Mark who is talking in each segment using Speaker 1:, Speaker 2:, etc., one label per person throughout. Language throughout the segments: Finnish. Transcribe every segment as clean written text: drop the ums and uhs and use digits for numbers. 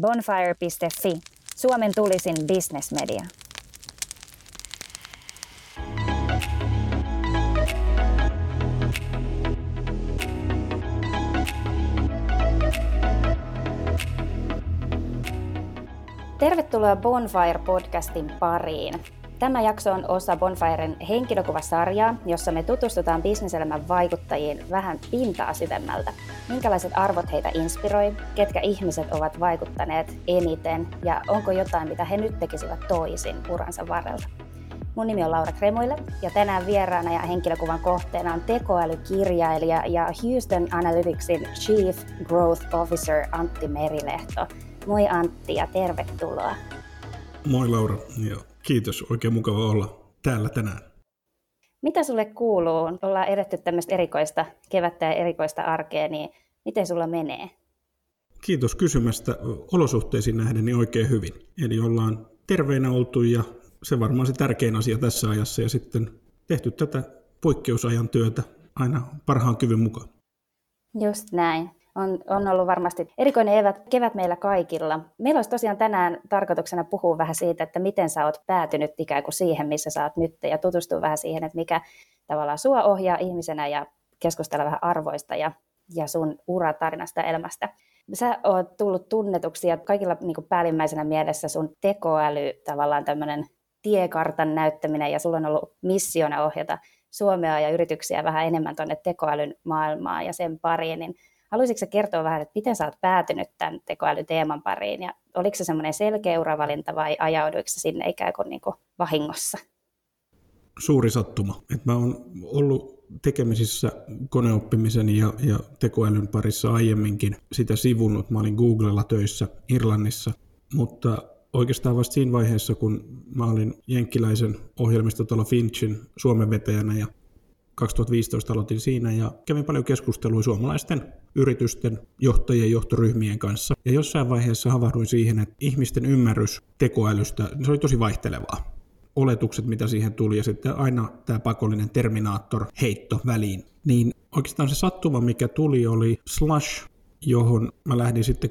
Speaker 1: Bonfire.fi, Suomen tulisin business-media. Tervetuloa Bonfire-podcastin pariin. Tämä jakso on osa Bonfiren henkilökuvasarjaa, jossa me tutustutaan bisneselämän vaikuttajiin vähän pintaa syvemmältä. Minkälaiset arvot heitä inspiroi, ketkä ihmiset ovat vaikuttaneet eniten ja onko jotain, mitä he nyt tekisivät toisin uransa varrella. Mun nimi on Laura Kremuille ja tänään vieraana ja henkilökuvan kohteena on tekoälykirjailija ja Houston Analyticsin Chief Growth Officer Antti Merilehto. Moi Antti ja tervetuloa.
Speaker 2: Moi Laura ja kiitos, oikein mukava olla täällä tänään.
Speaker 1: Mitä sulle kuuluu? Ollaan edetty tämmöistä erikoista kevättä ja erikoista arkea, niin miten sulla menee?
Speaker 2: Kiitos kysymästä. Olosuhteisiin nähden niin oikein hyvin. Eli ollaan terveinä oltu ja se varmaan se tärkein asia tässä ajassa ja sitten tehty tätä poikkeusajan työtä aina parhaan kyvyn mukaan.
Speaker 1: Just näin. On ollut varmasti erikoinen kevät meillä kaikilla. Meillä olisi tosiaan tänään tarkoituksena puhua vähän siitä, että miten sä oot päätynyt ikään kuin siihen, missä sä oot nyt, ja tutustua vähän siihen, että mikä tavallaan sua ohjaa ihmisenä ja keskustella vähän arvoista ja sun uratarinasta ja elämästä. Sä oot tullut tunnetuksi ja kaikilla niin kuin päällimmäisenä mielessä sun tekoäly, tavallaan tämmöinen tiekartan näyttäminen, ja sulla on ollut missiona ohjata Suomea ja yrityksiä vähän enemmän tuonne tekoälyn maailmaan ja sen pariin, niin haluaisitko sä kertoa vähän, että miten sä oot päätynyt tämän tekoälyteeman pariin ja oliko se semmoinen selkeä uravalinta vai ajauduiko se sinne ikään kuin, vahingossa?
Speaker 2: Suuri sattuma. Että mä oon ollut tekemisissä koneoppimisen ja tekoälyn parissa aiemminkin sitä sivunnut. Mä olin Googlella töissä Irlannissa, mutta oikeastaan vasta siinä vaiheessa, kun mä olin jenkkiläisen ohjelmistotalo Finchin Suomen vetäjänä ja 2015 aloitin siinä ja kävin paljon keskustelua suomalaisten yritysten johtajien johtoryhmien kanssa. Ja jossain vaiheessa havahduin siihen, että ihmisten ymmärrys tekoälystä, se oli tosi vaihtelevaa. Oletukset, mitä siihen tuli, ja sitten aina tämä pakollinen Terminator-heitto väliin. Niin oikeastaan se sattuma, mikä tuli, oli Slush, johon mä lähdin sitten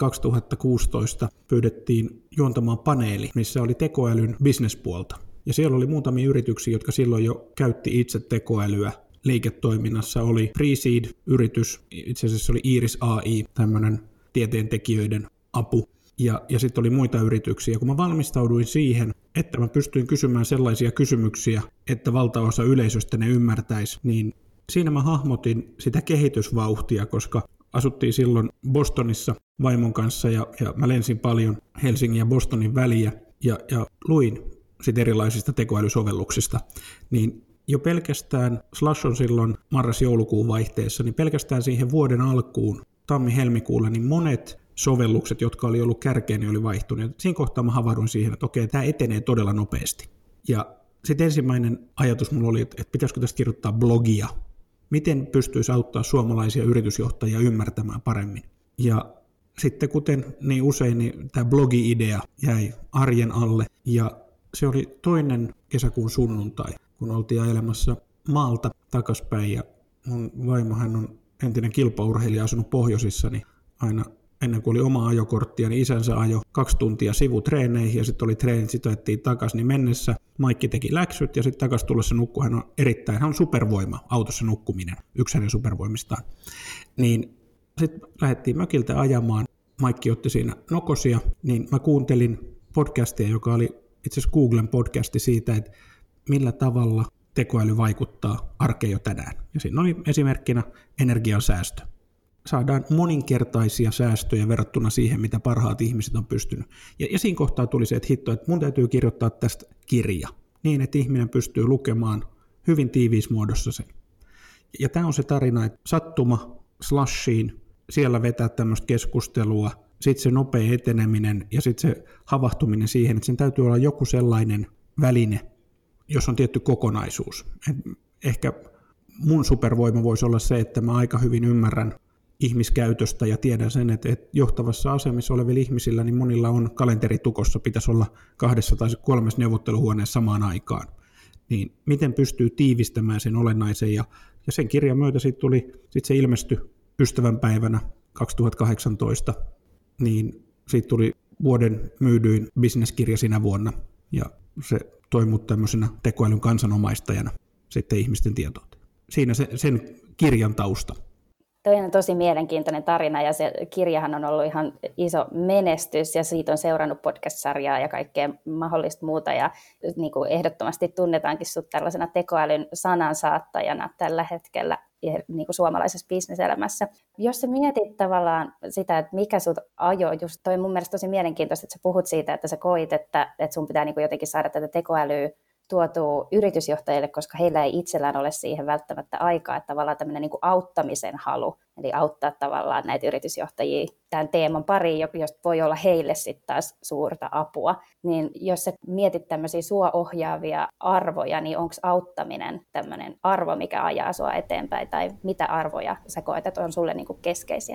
Speaker 2: 2016, pyydettiin juontamaan paneeli, missä oli tekoälyn bisnespuolta. Ja siellä oli muutamia yrityksiä, jotka silloin jo käytti itse tekoälyä liiketoiminnassa. Oli Freeseed-yritys, itse asiassa oli Iris AI, tämmöinen tieteentekijöiden apu. Ja sitten oli muita yrityksiä. Kun mä valmistauduin siihen, että mä pystyin kysymään sellaisia kysymyksiä, että valtaosa yleisöstä ne ymmärtäisi, niin siinä mä hahmotin sitä kehitysvauhtia, koska asuttiin silloin Bostonissa vaimon kanssa ja mä lensin paljon Helsingin ja Bostonin väliä ja luin sitten erilaisista tekoälysovelluksista, niin jo pelkästään, Slush on silloin marras-joulukuun vaihteessa, niin pelkästään siihen vuoden alkuun, tammi-helmikuulla, niin monet sovellukset, jotka oli ollut kärkeen, niin oli vaihtunut. Siinä kohtaa mä havahduin siihen, että okei, tämä etenee todella nopeasti. Ja sitten ensimmäinen ajatus mulla oli, että pitäisikö tästä kirjoittaa blogia. Miten pystyisi auttaa suomalaisia yritysjohtajia ymmärtämään paremmin. Ja sitten kuten niin usein, niin tämä blogi-idea jäi arjen alle ja se oli 2. kesäkuun sunnuntai, kun oltiin ajelemassa maalta takaspäin ja mun vaimo, hän on entinen kilpaurheilija asunut pohjoisissa, niin aina ennen kuin oli oma ajokorttia, niin isänsä ajo 2 tuntia sivutreeneihin ja sitten oli treenit, sitten ajettiin takaisin, niin mennessä Maikki teki läksyt ja sitten takaisin tullessa nukkui, hän on supervoima, autossa nukkuminen, yksi hänen supervoimistaan. Niin sitten lähdettiin mökiltä ajamaan, Maikki otti siinä nokosia, niin mä kuuntelin podcastia, joka oli itse asiassa Googlen podcasti siitä, että millä tavalla tekoäly vaikuttaa arkeen jo tänään. Ja siinä oli esimerkkinä energiansäästö. Saadaan moninkertaisia säästöjä verrattuna siihen, mitä parhaat ihmiset on pystynyt. Ja siinä kohtaa tuli se, että hitto, että mun täytyy kirjoittaa tästä kirja, niin että ihminen pystyy lukemaan hyvin tiiviismuodossa sen. Ja tämä on se tarina, että sattuma Slushiin, siellä vetää tämmöistä keskustelua, sitten se nopea eteneminen ja sitten se havahtuminen siihen, että sen täytyy olla joku sellainen väline, jos on tietty kokonaisuus. Ehkä mun supervoima voisi olla se, että mä aika hyvin ymmärrän ihmiskäytöstä ja tiedän sen, että johtavassa asemissa olevilla ihmisillä, niin monilla on kalenteritukossa, pitäisi olla 2 tai 3 neuvotteluhuoneessa samaan aikaan. Niin miten pystyy tiivistämään sen olennaisen ja sen kirjan myötä sitten se ilmestyi ystävänpäivänä 2018, niin siitä tuli vuoden myydyin bisneskirja sinä vuonna, ja se toi mut tämmöisenä tekoälyn kansanomaistajana sitten ihmisten tietoon. Siinä sen kirjan tausta.
Speaker 1: Toi on tosi mielenkiintoinen tarina, ja se kirjahan on ollut ihan iso menestys, ja siitä on seurannut podcast-sarjaa ja kaikkea mahdollista muuta, ja niin kuin ehdottomasti tunnetaankin sut tällaisena tekoälyn sanansaattajana tällä hetkellä niin kuin suomalaisessa bisneselämässä. Jos sä mietit tavallaan sitä, että mikä sut ajoi, just toi mun mielestä tosi mielenkiintoista, että sä puhut siitä, että sä koit, että sun pitää niin kuin jotenkin saada tätä tekoälyä tuotu yritysjohtajille, koska heillä ei itsellään ole siihen välttämättä aikaa, että tavallaan tämmöinen niin kuin auttamisen halu, eli auttaa tavallaan näitä yritysjohtajia tämän teeman pariin, josta voi olla heille sitten taas suurta apua. Niin jos sä mietit tämmöisiä sua ohjaavia arvoja, niin onko auttaminen tämmöinen arvo, mikä ajaa sua eteenpäin, tai mitä arvoja sä koet, että on sulle niin kuin keskeisiä?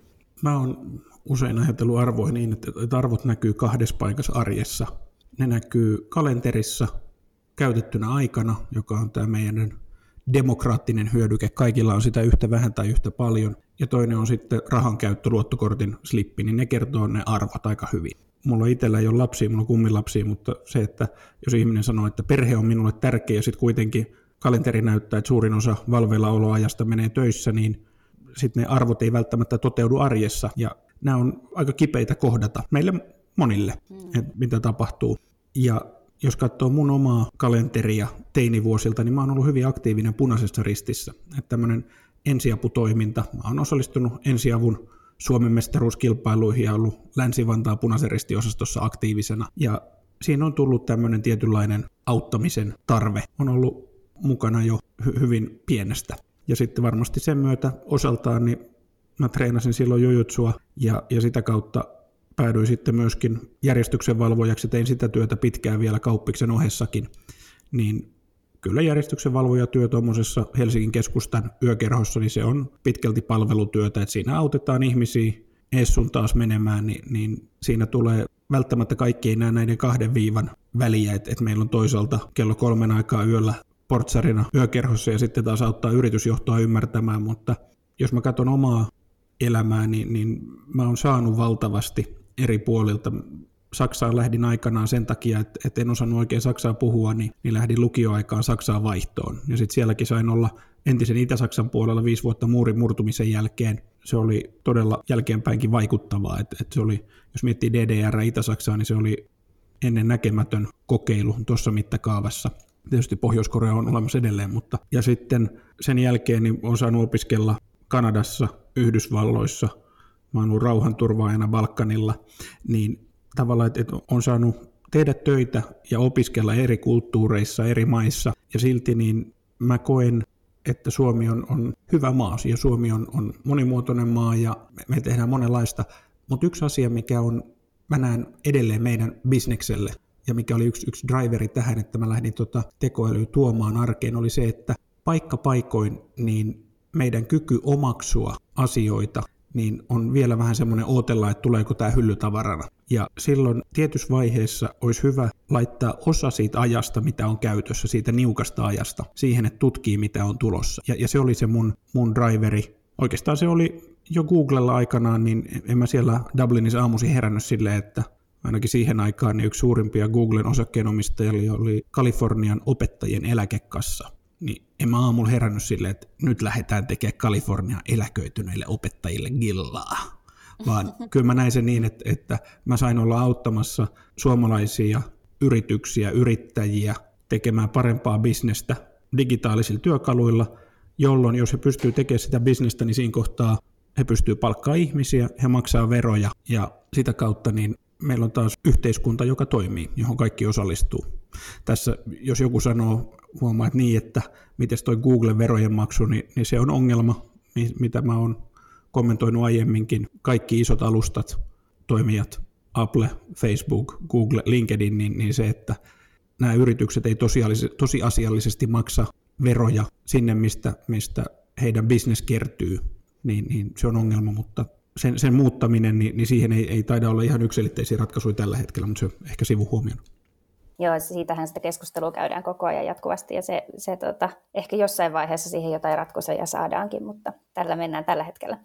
Speaker 2: Mä oon usein ajatellut arvoja niin, että arvot näkyy kahdessa paikassa arjessa. Ne näkyy kalenterissa, käytettynä aikana, joka on tämä meidän demokraattinen hyödyke. Kaikilla on sitä yhtä vähän tai yhtä paljon. Ja toinen on sitten rahankäyttö, luottokortin slippi, niin ne kertoo ne arvot aika hyvin. Mulla itsellä ei ole lapsia, mulla on kummilapsia, mutta se, että jos ihminen sanoo, että perhe on minulle tärkeä ja sitten kuitenkin kalenteri näyttää, että suurin osa valveilla oloajasta menee töissä, niin sitten ne arvot ei välttämättä toteudu arjessa. Ja nämä on aika kipeitä kohdata meille monille, että mitä tapahtuu. Ja jos katsoo mun omaa kalenteria teinivuosilta, niin mä oon ollut hyvin aktiivinen Punaisessa Ristissä. Että tämmöinen ensiaputoiminta. Mä oon osallistunut ensiavun Suomen mestaruuskilpailuihin ja ollut Länsi-Vantaan Punaisen Ristin-osastossa aktiivisena. Ja siinä on tullut tämmöinen tietynlainen auttamisen tarve. On ollut mukana jo hyvin pienestä. Ja sitten varmasti sen myötä osaltaan niin mä treenasin silloin jujutsua ja sitä kautta päädyin sitten myöskin järjestyksenvalvojaksi, tein sitä työtä pitkään vielä kauppiksen ohessakin, niin kyllä järjestyksenvalvojatyö tuommoisessa Helsingin keskustan yökerhossa, niin se on pitkälti palvelutyötä, että siinä autetaan ihmisiä ees sun taas menemään, niin siinä tulee välttämättä kaikki ei näe näiden 2 viivan väliä, että meillä on toisaalta kello 3 aikaa yöllä portsarina yökerhossa ja sitten taas auttaa yritysjohtoa ymmärtämään, mutta jos mä katson omaa elämää, niin mä oon saanut valtavasti eri puolilta. Saksaan lähdin aikanaan sen takia, että en osannut oikein saksaa puhua, niin lähdin lukioaikaan Saksaan vaihtoon. Ja sitten sielläkin sain olla entisen Itä-Saksan puolella 5 vuotta muurin murtumisen jälkeen. Se oli todella jälkeenpäinkin vaikuttavaa. Että se oli, jos miettii DDR Itä-Saksaa, niin se oli ennen näkemätön kokeilu tuossa mittakaavassa. Tietysti Pohjois-Korea on olemassa edelleen, mutta ja sitten sen jälkeen niin olen saanut opiskella Kanadassa, Yhdysvalloissa, mä oon ollut rauhanturvaajana Balkanilla, niin tavallaan, että on saanut tehdä töitä ja opiskella eri kulttuureissa, eri maissa, ja silti niin mä koen, että Suomi on hyvä maa, ja Suomi on monimuotoinen maa, ja me tehdään monenlaista, mutta yksi asia, mikä on, mä näen edelleen meidän bisnekselle, ja mikä oli yksi driveri tähän, että mä lähdin tekoälyä tuomaan arkeen, oli se, että paikkapaikoin niin meidän kyky omaksua asioita, niin on vielä vähän semmoinen ootella, että tuleeko tämä hyllytavarana. Ja silloin tietyssä vaiheessa olisi hyvä laittaa osa siitä ajasta, mitä on käytössä, siitä niukasta ajasta, siihen, että tutkii, mitä on tulossa. Ja se oli se mun driveri. Oikeastaan se oli jo Googlella aikanaan, niin en mä siellä Dublinissa aamuisin herännyt silleen, että ainakin siihen aikaan niin yksi suurimpia Googlen osakkeenomistajia oli Kalifornian opettajien eläkekassa. Niin en mä aamulla herännyt silleen, että nyt lähdetään tekemään Kalifornian eläköityneille opettajille gillaa. Vaan kyllä mä näin sen niin, että mä sain olla auttamassa suomalaisia yrityksiä, yrittäjiä tekemään parempaa bisnestä digitaalisilla työkaluilla, jolloin jos he pystyy tekemään sitä bisnestä, niin siinä kohtaa he pystyy palkkaamaan ihmisiä, he maksaa veroja ja sitä kautta niin meillä on taas yhteiskunta, joka toimii, johon kaikki osallistuu. Tässä, jos joku sanoo, huomaa, että niin, että miten toi Googlen verojen maksu, niin se on ongelma, mitä mä oon kommentoinut aiemminkin. Kaikki isot alustat, toimijat, Apple, Facebook, Google, LinkedIn, niin se, että nämä yritykset ei tosiasiallisesti maksa veroja sinne, mistä heidän business kertyy, niin se on ongelma, mutta sen muuttaminen, niin siihen ei taida olla ihan yksiselitteisiä ratkaisuja tällä hetkellä, mutta se on ehkä sivuhuomiona.
Speaker 1: Joo, siitähän sitä keskustelua käydään koko ajan jatkuvasti ja se ehkä jossain vaiheessa siihen jotain ratkaisuja saadaankin, mutta tällä mennään tällä hetkellä.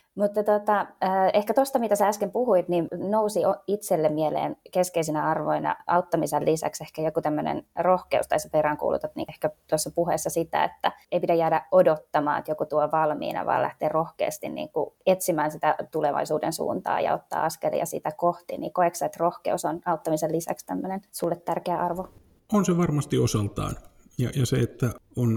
Speaker 1: Mutta ehkä tuosta, mitä sä äsken puhuit, niin nousi itselle mieleen keskeisinä arvoina auttamisen lisäksi ehkä joku tämmöinen rohkeus, tai sä peräänkuulutat niin ehkä tuossa puheessa sitä, että ei pidä jäädä odottamaan, että joku tuo valmiina, vaan lähteä rohkeasti niin kuin etsimään sitä tulevaisuuden suuntaa ja ottaa askelia sitä kohti. Niin koetko sä, että rohkeus on auttamisen lisäksi tämmöinen sulle tärkeä arvo?
Speaker 2: On se varmasti osaltaan. Ja se, että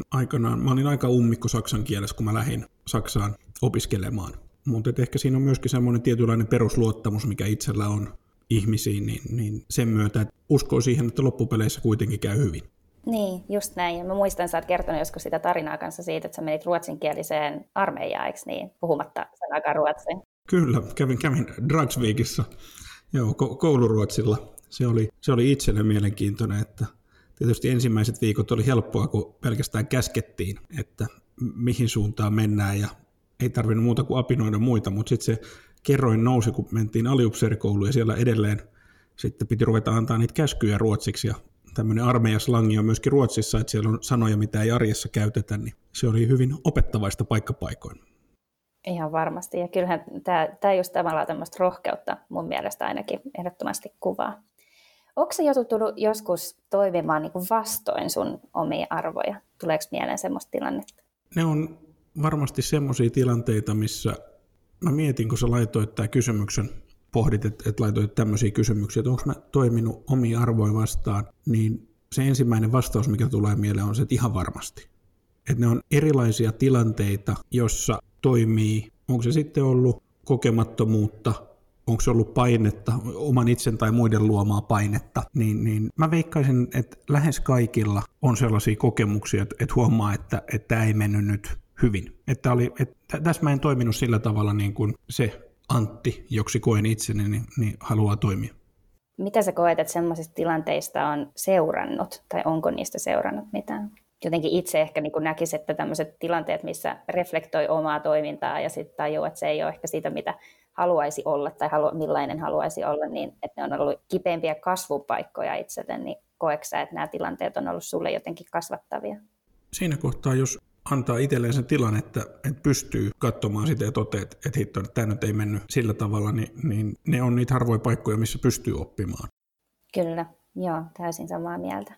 Speaker 2: mä olin aika ummikko saksan kielessä, kun mä lähdin Saksaan opiskelemaan. Mutta ehkä siinä on myöskin semmoinen tietynlainen perusluottamus, mikä itsellä on ihmisiin, niin sen myötä, että uskoo siihen, että loppupeleissä kuitenkin käy hyvin.
Speaker 1: Niin, just näin. Ja mä muistan, sä oot kertonut joskus sitä tarinaa kanssa siitä, että sä menit ruotsinkieliseen armeijaan, eikö niin? Puhumatta sanakaan ruotsia.
Speaker 2: Kyllä, kävin Dragsvikissa, kouluruotsilla. Se oli itselle mielenkiintoinen, että tietysti ensimmäiset viikot oli helppoa, kun pelkästään käskettiin, että mihin suuntaan mennään ja ei tarvinnut muuta kuin apinoida muita, mutta sitten se kerroin nousi, kun mentiin aliupseerikouluun ja siellä edelleen sitten piti ruveta antaa niitä käskyjä ruotsiksi ja tämmöinen armeijaslangi on myöskin Ruotsissa, että siellä on sanoja, mitä ei arjessa käytetä, niin se oli hyvin opettavaista paikkapaikoin.
Speaker 1: Ihan varmasti, ja kyllähän tämä just tavallaan tämmöistä rohkeutta mun mielestä ainakin ehdottomasti kuvaa. Onko se joutunut joskus toimimaan niin kuin vastoin sun omia arvoja? Tuleeko mieleen semmoista tilannetta?
Speaker 2: Ne on varmasti semmoisia tilanteita, missä mä mietin, kun sä laitoit tämän kysymyksen, pohdit, että laitoit tämmöisiä kysymyksiä, että onko mä toiminut omia arvoja vastaan, niin se ensimmäinen vastaus, mikä tulee mieleen, on se, että ihan varmasti. Että ne on erilaisia tilanteita, jossa toimii, onko se sitten ollut kokemattomuutta, onko se ollut painetta, oman itsen tai muiden luomaa painetta, niin mä veikkaisin, että lähes kaikilla on sellaisia kokemuksia, että huomaa, että tämä ei mennyt nyt hyvin. Että tässä mä en toiminut sillä tavalla niin kuin se Antti, joksi koen itseni, niin haluaa toimia.
Speaker 1: Mitä sä koet, että semmoisista tilanteista on seurannut, tai onko niistä seurannut mitään? Jotenkin itse ehkä niin kuin näkisi, että tämmöiset tilanteet, missä reflektoi omaa toimintaa ja sitten tajuu, että se ei ole ehkä sitä, mitä haluaisi olla tai millainen haluaisi olla, niin että ne on ollut kipeimpiä kasvupaikkoja itselle, niin koetko sä, että nämä tilanteet on ollut sulle jotenkin kasvattavia?
Speaker 2: Siinä kohtaa, jos antaa itselleen sen tilan, että pystyy katsomaan sitä ja toteaa, että hitto, että tämä nyt ei mennyt sillä tavalla, niin ne on niitä harvoja paikkoja, missä pystyy oppimaan.
Speaker 1: Kyllä, joo, täysin samaa mieltä.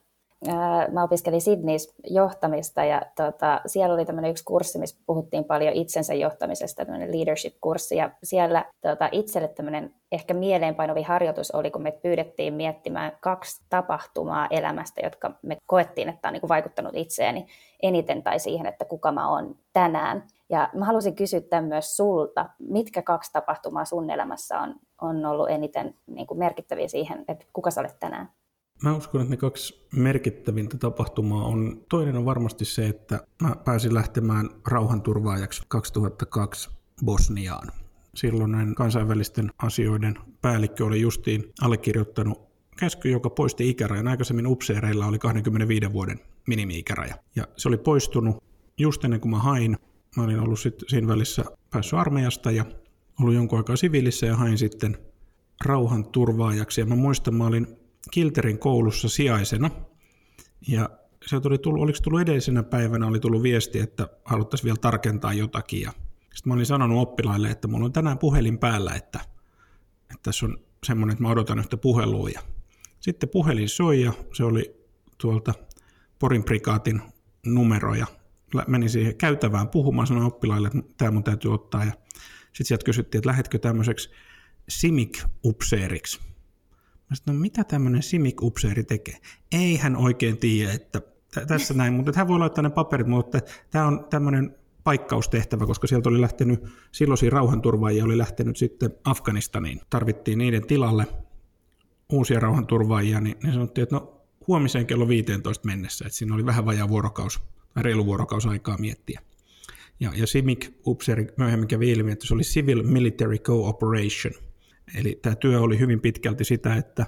Speaker 1: Mä opiskelin Sydneyssä johtamista ja siellä oli tämmöinen yksi kurssi, missä puhuttiin paljon itsensä johtamisesta, tämmöinen leadership-kurssi, ja siellä itselle tämmöinen ehkä mieleenpainuvi harjoitus oli, kun me pyydettiin miettimään 2 tapahtumaa elämästä, jotka me koettiin, että on niin kuin vaikuttanut itseeni eniten tai siihen, että kuka mä oon tänään. Ja mä halusin kysyä tämän myös sulta, mitkä 2 tapahtumaa sun elämässä on ollut eniten niin kuin merkittäviä siihen, että kuka sä olet tänään?
Speaker 2: Mä uskon, että ne 2 merkittävintä tapahtumaa on, toinen on varmasti se, että mä pääsin lähtemään rauhanturvaajaksi 2002 Bosniaan. Silloin kansainvälisten asioiden päällikkö oli justiin allekirjoittanut käsky, joka poisti ikärajan. Aikaisemmin upseereilla oli 25 vuoden minimi-ikäraja. Ja se oli poistunut just ennen kuin mä hain. Mä olin ollut sitten siinä välissä päässyt armeijasta ja ollut jonkun aikaa siviilissä ja hain sitten rauhanturvaajaksi. Ja mä muistan, mä olin Kilterin koulussa sijaisena, ja se oliko tullut edellisenä päivänä, oli tullut viesti, että haluttaisiin vielä tarkentaa jotakin, ja sitten mä olin sanonut oppilaille, että mulla on tänään puhelin päällä, että tässä on semmoinen, että mä odotan yhtä puhelua, ja sitten puhelin soi, ja se oli tuolta Porin prikaatin numero, ja menin siihen käytävään puhumaan, sanoin oppilaille, että tämä mun täytyy ottaa, ja sitten sieltä kysyttiin, että lähdetkö tämmöiseksi CIMIC-upseeriksi. Mä sanoin, no mitä tämmöinen CIMIC-upseeri tekee? Ei hän oikein tiedä, että tässä näin, mutta hän voi laittaa ne paperit, mutta tämä on tämmöinen paikkaustehtävä, koska sieltä oli lähtenyt, silloisia rauhanturvaajia oli lähtenyt sitten Afganistaniin. Tarvittiin niiden tilalle uusia rauhanturvaajia, niin sanottiin, että no huomiseen kello 15 mennessä, että siinä oli vähän vajaa vuorokausi tai reilu vuorokausi aikaa miettiä. Ja CIMIC-upseeri myöhemmin kävi ilmi, että se oli Civil Military Cooperation. Eli tämä työ oli hyvin pitkälti sitä, että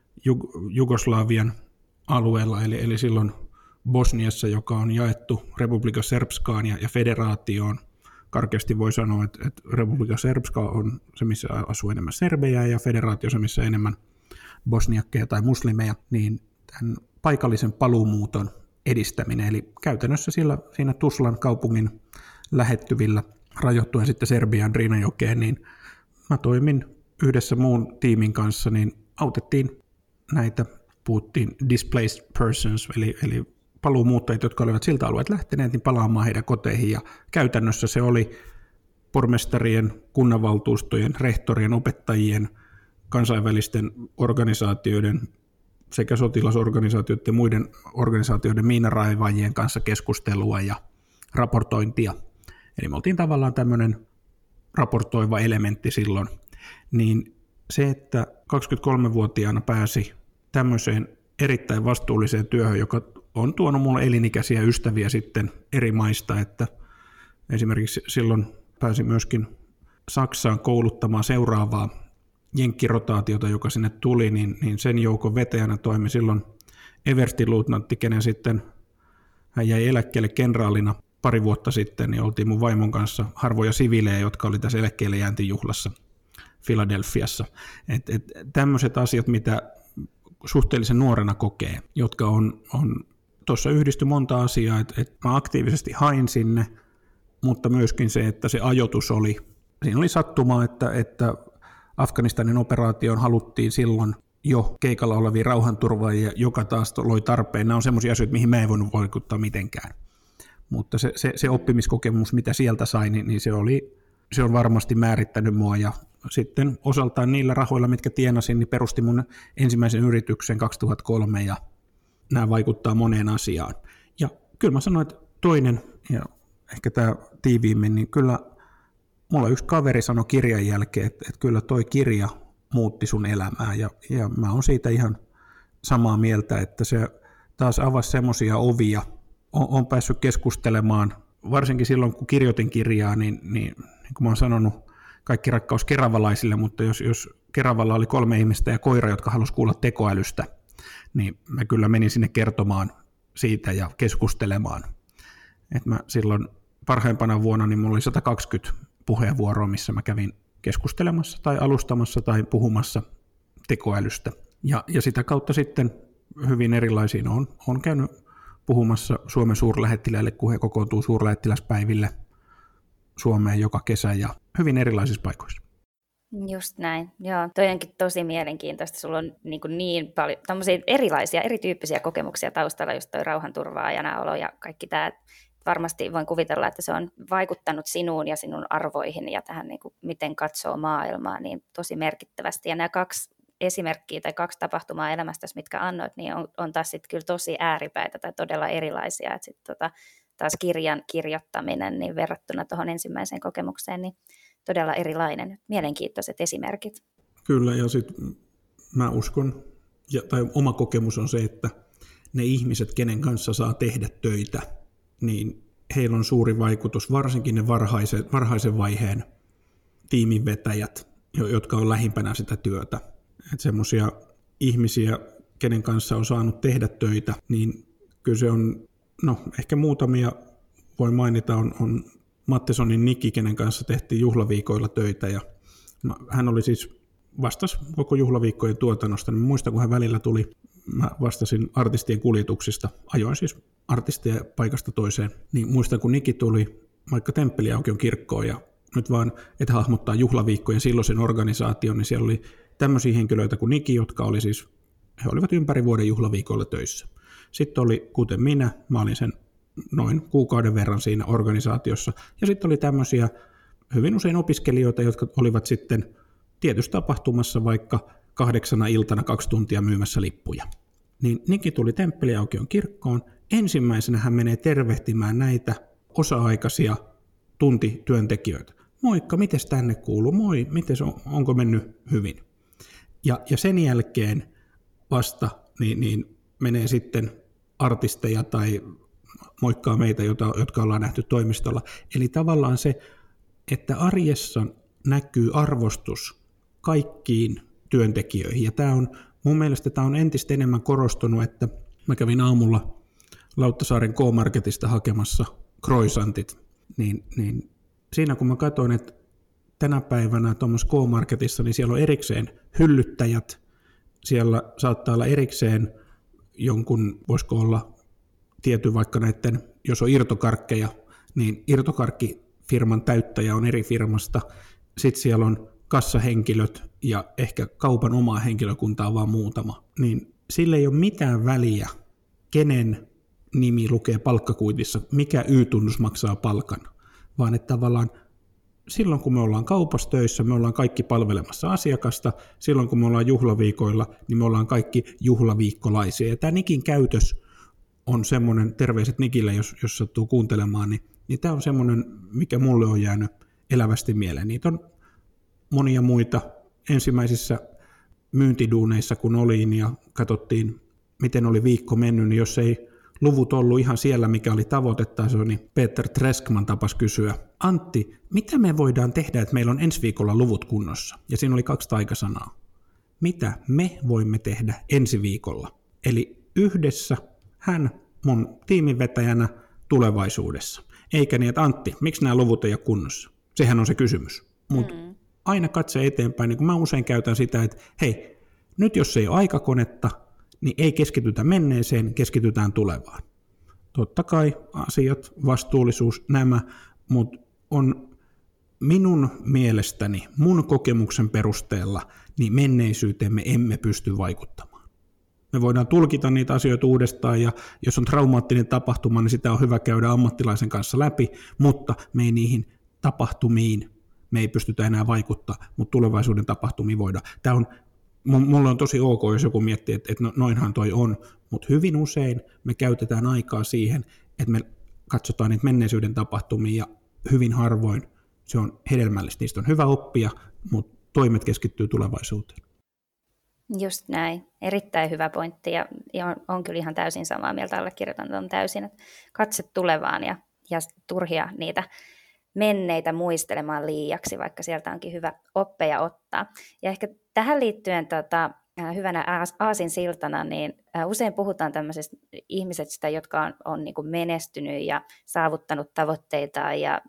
Speaker 2: Jugoslavian alueella, eli silloin Bosniassa, joka on jaettu Republika Srpskaan ja federaatioon, karkeasti voi sanoa, että Republika Srpska on se, missä asuu enemmän serbejä, ja federaatio se, missä enemmän bosniakkeja tai muslimeja, niin tämän paikallisen paluumuuton edistäminen, eli käytännössä siinä Tuzlan kaupungin lähettyvillä rajoittuen sitten Serbian Drinajokeen, niin mä toimin yhdessä muun tiimin kanssa, niin autettiin näitä, puhuttiin displaced persons, eli paluumuuttajat, jotka olivat siltä alueelta lähteneet, niin palaamaan heidän koteihin, ja käytännössä se oli pormestarien, kunnanvaltuustojen, rehtorien, opettajien, kansainvälisten organisaatioiden sekä sotilasorganisaatioiden ja muiden organisaatioiden miinaraivaajien kanssa keskustelua ja raportointia. Eli me oltiin tavallaan tämmöinen raportoiva elementti silloin. Niin se, että 23-vuotiaana pääsi tämmöiseen erittäin vastuulliseen työhön, joka on tuonut mulle elinikäisiä ystäviä sitten eri maista, että esimerkiksi silloin pääsin myöskin Saksaan kouluttamaan seuraavaa jenkkirotaatiota, joka sinne tuli, niin sen joukon vetäjänä toimi silloin everstiluutnantti, kenen sitten hän jäi eläkkeelle kenraalina pari vuotta sitten, niin oltiin mun vaimon kanssa harvoja siviilejä, jotka oli tässä eläkkeelle jääntijuhlassa Filadelfiassa. Tämmöiset asiat, mitä suhteellisen nuorena kokee, jotka on tuossa yhdisty monta asiaa, että mä aktiivisesti hain sinne, mutta myöskin se, että se ajoitus oli, siinä oli sattumaa, että Afganistanin operaatioon haluttiin silloin jo keikalla olevia rauhanturvaajia, joka taas loi tarpeen. Nämä on semmoisia asioita, mihin mä en voinut vaikuttaa mitenkään. Mutta se oppimiskokemus, mitä sieltä sai, niin se on varmasti määrittänyt mua. Ja sitten osaltaan niillä rahoilla, mitkä tienasin, niin perustin mun ensimmäisen yrityksen 2003, ja nämä vaikuttaa moneen asiaan. Ja kyllä mä sanoin, että toinen, ja ehkä tämä tiiviimmin, niin kyllä mulla yksi kaveri sanoi kirjan jälkeen, että kyllä toi kirja muutti sun elämää, ja mä oon siitä ihan samaa mieltä, että se taas avasi semmoisia ovia. Olen päässyt keskustelemaan, varsinkin silloin kun kirjoitin kirjaa, niin kuin mä oon sanonut, kaikki rakkaus keravalaisille, mutta jos Keravalla oli 3 ihmistä ja koira, jotka halusi kuulla tekoälystä, niin mä kyllä menin sinne kertomaan siitä ja keskustelemaan. Et mä silloin parhaimpana vuonna niin mulla oli 120 puheenvuoroa, missä mä kävin keskustelemassa tai alustamassa tai puhumassa tekoälystä. Ja sitä kautta sitten hyvin erilaisiin on käynyt puhumassa Suomen suurlähettiläille, kun he kokoontuu suurlähettiläspäiville Suomeen joka kesä ja hyvin erilaisissa paikoissa.
Speaker 1: Just näin. Joo, toi onkin tosi mielenkiintoista. Sulla on niin paljon tämmöisiä erilaisia, erityyppisiä kokemuksia taustalla, just toi rauhanturvaajana olo ja kaikki tämä. Varmasti voin kuvitella, että se on vaikuttanut sinuun ja sinun arvoihin ja tähän, miten katsoo maailmaa, niin tosi merkittävästi. Ja nämä 2 esimerkkiä tai 2 tapahtumaa elämästäsi, mitkä annoit, niin on taas sitten kyllä tosi ääripäitä tai todella erilaisia. Että sitten taas kirjan kirjoittaminen niin verrattuna tuohon ensimmäiseen kokemukseen, niin todella erilainen. Mielenkiintoiset esimerkit.
Speaker 2: Kyllä, ja sitten mä uskon, tai oma kokemus on se, että ne ihmiset, kenen kanssa saa tehdä töitä, niin heillä on suuri vaikutus, varsinkin ne varhaisen vaiheen tiiminvetäjät, jotka on lähimpänä sitä työtä. Että semmoisia ihmisiä, kenen kanssa on saanut tehdä töitä, niin kyllä se on, ehkä muutamia voi mainita, on Mattesonin Niki, kenen kanssa tehtiin juhlaviikoilla töitä, ja hän oli siis vastasi koko juhlaviikkojen tuotannosta, niin muistan, kun hän välillä tuli, mä vastasin artistien kuljetuksista, ajoin siis artisteja paikasta toiseen, niin muistan, kun Niki tuli vaikka Temppeliaukion kirkkoon, ja nyt vaan, että hahmottaa juhlaviikkojen silloisen organisaation, niin siellä oli tämmöisiä henkilöitä kuin Niki, jotka oli siis, he olivat ympäri vuoden juhlaviikoilla töissä. Sitten oli, kuten mä olin sen noin kuukauden verran siinä organisaatiossa, ja sitten oli tämmöisiä hyvin usein opiskelijoita, jotka olivat sitten tietyssä tapahtumassa vaikka 8 iltana 2 tuntia myymässä lippuja. Niin Niki tuli Temppeliaukion kirkkoon. Ensimmäisenä hän menee tervehtimään näitä osa-aikaisia tuntityöntekijöitä. Moikka, mites tänne kuuluu? Moi, onko mennyt hyvin? Ja sen jälkeen vasta niin menee sitten artisteja tai moikkaa meitä, jotka ollaan nähty toimistolla. Eli tavallaan se, että arjessa näkyy arvostus kaikkiin työntekijöihin. Ja mun mielestä tämä on entistä enemmän korostunut, että mä kävin aamulla Lauttasaaren K-Marketista hakemassa croissantit, niin siinä kun mä katsoin, että tänä päivänä tuommoisessa K-Marketissa, niin siellä on erikseen hyllyttäjät, siellä saattaa olla erikseen jonkun, voisiko olla tietty vaikka näiden, jos on irtokarkkeja, niin irtokarkki firman täyttäjä on eri firmasta, sitten siellä on kassahenkilöt ja ehkä kaupan omaa henkilökuntaa vaan muutama, niin sillä ei ole mitään väliä, kenen nimi lukee palkkakuitissa, mikä Y-tunnus maksaa palkan, vaan että tavallaan silloin kun me ollaan kaupassa töissä, me ollaan kaikki palvelemassa asiakasta, silloin kun me ollaan juhlaviikoilla, niin me ollaan kaikki juhlaviikkolaisia. Ja tämä Nikin käytös on semmoinen, terveiset Nikille, jos sattuu kuuntelemaan, niin tämä on semmoinen, mikä mulle on jäänyt elävästi mieleen. Niitä on monia muita ensimmäisissä myyntiduuneissa, kun olin ja katsottiin, miten oli viikko mennyt, niin jos ei luvut ollut ihan siellä, mikä oli tavoitetaso, niin Peter Treskman tapasi kysyä, Antti, mitä me voidaan tehdä, että meillä on ensi viikolla luvut kunnossa? Ja siinä oli 2 taikasanaa. Mitä me voimme tehdä ensi viikolla? Eli yhdessä hän mun tiiminvetäjänä tulevaisuudessa. Eikä niin, että Antti, miksi nämä luvut ei ole kunnossa? Sehän on se kysymys. Mutta aina katse eteenpäin, niin kun mä usein käytän sitä, että hei, nyt jos ei ole aikakonetta, niin ei keskitytä menneeseen, keskitytään tulevaan. Totta kai asiat, vastuullisuus, nämä, mutta on minun mielestäni, mun kokemuksen perusteella, niin menneisyyteen me emme pysty vaikuttamaan. Me voidaan tulkita niitä asioita uudestaan, ja jos on traumaattinen tapahtuma, niin sitä on hyvä käydä ammattilaisen kanssa läpi, mutta me ei niihin tapahtumiin, me ei pystytä enää vaikuttaa, mutta tulevaisuuden tapahtumiin voidaan. Tämä on mulla on tosi ok, jos joku miettii, että noinhan toi on, mutta hyvin usein me käytetään aikaa siihen, että me katsotaan niitä menneisyyden tapahtumia ja hyvin harvoin se on hedelmällistä. Niistä on hyvä oppia, mutta toimet keskittyy tulevaisuuteen.
Speaker 1: Just näin. Erittäin hyvä pointti ja on kyllä ihan täysin samaa mieltä, allekirjoitan tuon täysin, että katse tulevaan ja turhia niitä menneitä muistelemaan liiaksi, vaikka sieltä onkin hyvä oppeja ottaa. Ja ehkä tähän liittyen hyvänä aasinsiltana, niin usein puhutaan tämmöisistä ihmisistä, jotka on niin kuin menestynyt ja saavuttanut tavoitteitaan ja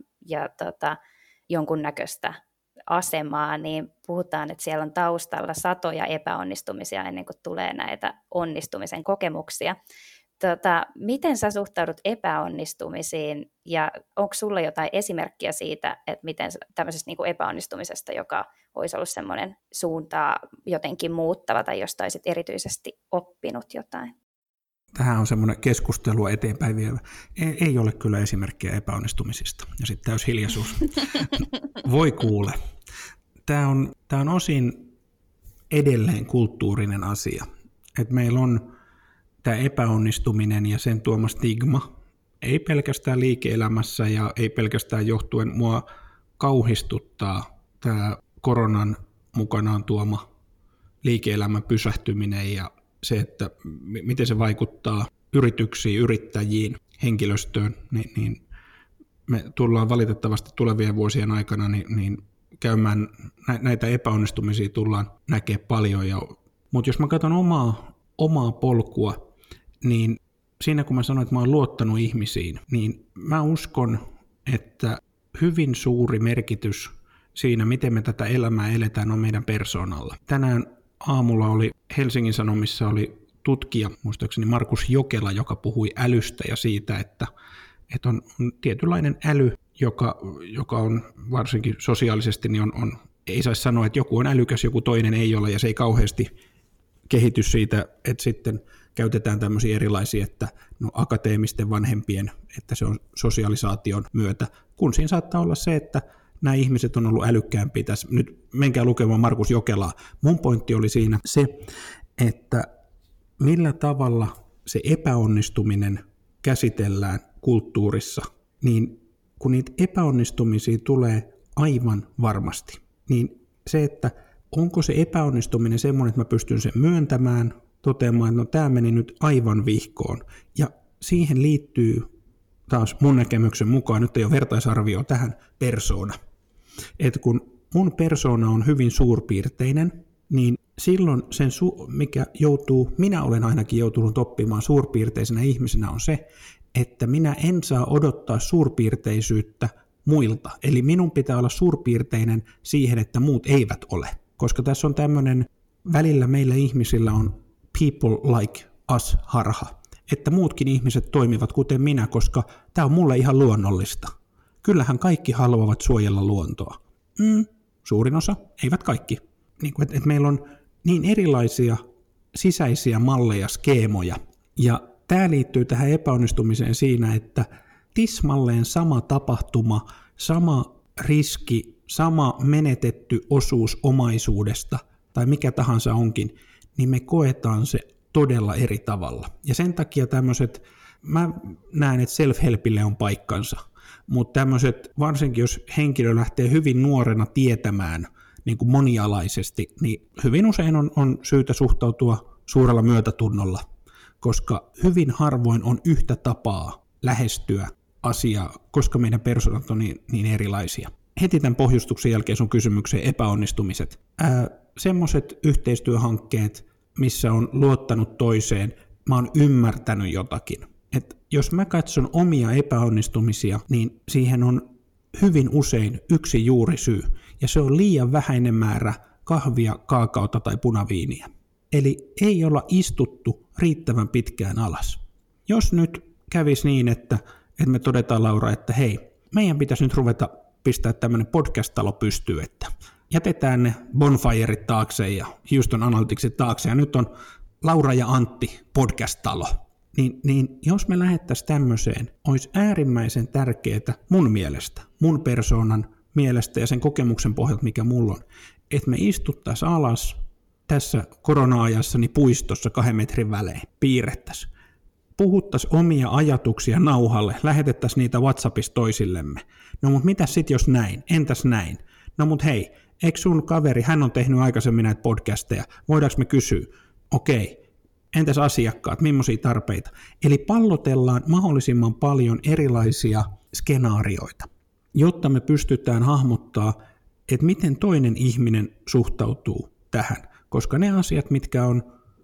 Speaker 1: jonkunnäköistä asemaa, niin puhutaan, että siellä on taustalla satoja epäonnistumisia ennen kuin tulee näitä onnistumisen kokemuksia. Miten sä suhtaudut epäonnistumisiin ja onko sulla jotain esimerkkiä siitä, että miten tämmöisestä niin kuin epäonnistumisesta, joka olisi ollut semmoinen suuntaa jotenkin muuttava tai josta olisit erityisesti oppinut jotain?
Speaker 2: Tähän on semmoinen keskustelua eteenpäin vievä. Ei ole kyllä esimerkkiä epäonnistumisista ja sitten täyshiljaisuus. Voi kuule. Tämä on osin edelleen kulttuurinen asia, että meillä on tämä epäonnistuminen ja sen tuoma stigma, ei pelkästään liike-elämässä ja ei pelkästään johtuen, mua kauhistuttaa tämä koronan mukanaan tuoma liike-elämän pysähtyminen ja se, että miten se vaikuttaa yrityksiin, yrittäjiin, henkilöstöön, niin me tullaan valitettavasti tulevien vuosien aikana niin käymään näitä epäonnistumisia tullaan näkemään paljon. Mutta jos mä katson omaa polkua, niin siinä kun mä sanoin, että mä oon luottanut ihmisiin, niin mä uskon, että hyvin suuri merkitys siinä, miten me tätä elämää eletään, on meidän persoonalla. Tänään aamulla oli Helsingin Sanomissa oli tutkija, muistaakseni Markus Jokela, joka puhui älystä ja siitä, että on tietynlainen äly, joka on varsinkin sosiaalisesti, niin ei saisi sanoa, että joku on älykäs, joku toinen ei ole, ja se ei kauheasti kehity siitä, että sitten käytetään tämmöisiä erilaisia, että akateemisten vanhempien, että se on sosialisaation myötä, kun siinä saattaa olla se, että nämä ihmiset on ollut älykkäämpiä tässä. Nyt menkää lukemaan Markus Jokelaa. Mun pointti oli siinä se, että millä tavalla se epäonnistuminen käsitellään kulttuurissa, niin kun niitä epäonnistumisia tulee aivan varmasti, niin se, että onko se epäonnistuminen semmoinen, että mä pystyn sen myöntämään, toteamaan, että tämä meni nyt aivan vihkoon. Ja siihen liittyy taas mun näkemyksen mukaan, nyt ei ole vertaisarvio tähän, persoona. Että kun mun persoona on hyvin suurpiirteinen, niin silloin sen, mikä minä olen ainakin joutunut oppimaan suurpiirteisenä ihmisenä, on se, että minä en saa odottaa suurpiirteisyyttä muilta. Eli minun pitää olla suurpiirteinen siihen, että muut eivät ole. Koska tässä on tämmöinen, välillä meillä ihmisillä on people like us -harha. Että muutkin ihmiset toimivat kuten minä, koska tämä on mulle ihan luonnollista. kyllähän kaikki haluavat suojella luontoa. Suurin osa, eivät kaikki. Niin kuin, että meillä on niin erilaisia sisäisiä malleja, skeemoja. Ja tämä liittyy tähän epäonnistumiseen siinä, että tismalleen sama tapahtuma, sama riski, sama menetetty osuus omaisuudesta tai mikä tahansa onkin, niin me koetaan se todella eri tavalla. Ja sen takia tämmöiset, mä näen, että self-helpille on paikkansa, mutta tämmöiset, varsinkin jos henkilö lähtee hyvin nuorena tietämään niin kuin monialaisesti, niin hyvin usein on syytä suhtautua suurella myötätunnolla, koska hyvin harvoin on yhtä tapaa lähestyä asiaa, koska meidän persoonat on niin erilaisia. Heti tämän pohjustuksen jälkeen sun kysymykseen epäonnistumiset. Semmoiset yhteistyöhankkeet, missä on luottanut toiseen, mä oon ymmärtänyt jotakin. Et jos mä katson omia epäonnistumisia, niin siihen on hyvin usein yksi juurisyy, ja se on liian vähäinen määrä kahvia, kaakaota tai punaviiniä. Eli ei olla istuttu riittävän pitkään alas. Jos nyt kävisi niin, että me todetaan, Laura, että hei, meidän pitäisi nyt ruveta pistää tämmöinen podcast-talo pystyyn, että jätetään ne Bonfiret taakse ja Houston Analyticsit taakse, ja nyt on Laura ja Antti podcast-talo. Niin jos me lähettäisiin tämmöiseen, olisi äärimmäisen tärkeää mun mielestä, mun persoonan mielestä ja sen kokemuksen pohjalta, mikä mulla on, että me istuttaisiin alas tässä korona-ajassa niin puistossa 2 metrin välein, piirrettäisiin. Puhuttaisiin omia ajatuksia nauhalle, lähetettäisiin niitä WhatsAppissa toisillemme. No mut mitäs sit jos näin? Entäs näin? No mut hei, eikö sun kaveri, hän on tehnyt aikaisemmin näitä podcasteja, voidaanko me kysyä? Okei, entäs asiakkaat, millaisia tarpeita? Eli pallotellaan mahdollisimman paljon erilaisia skenaarioita, jotta me pystytään hahmottaa, että miten toinen ihminen suhtautuu tähän, koska ne asiat, mitkä on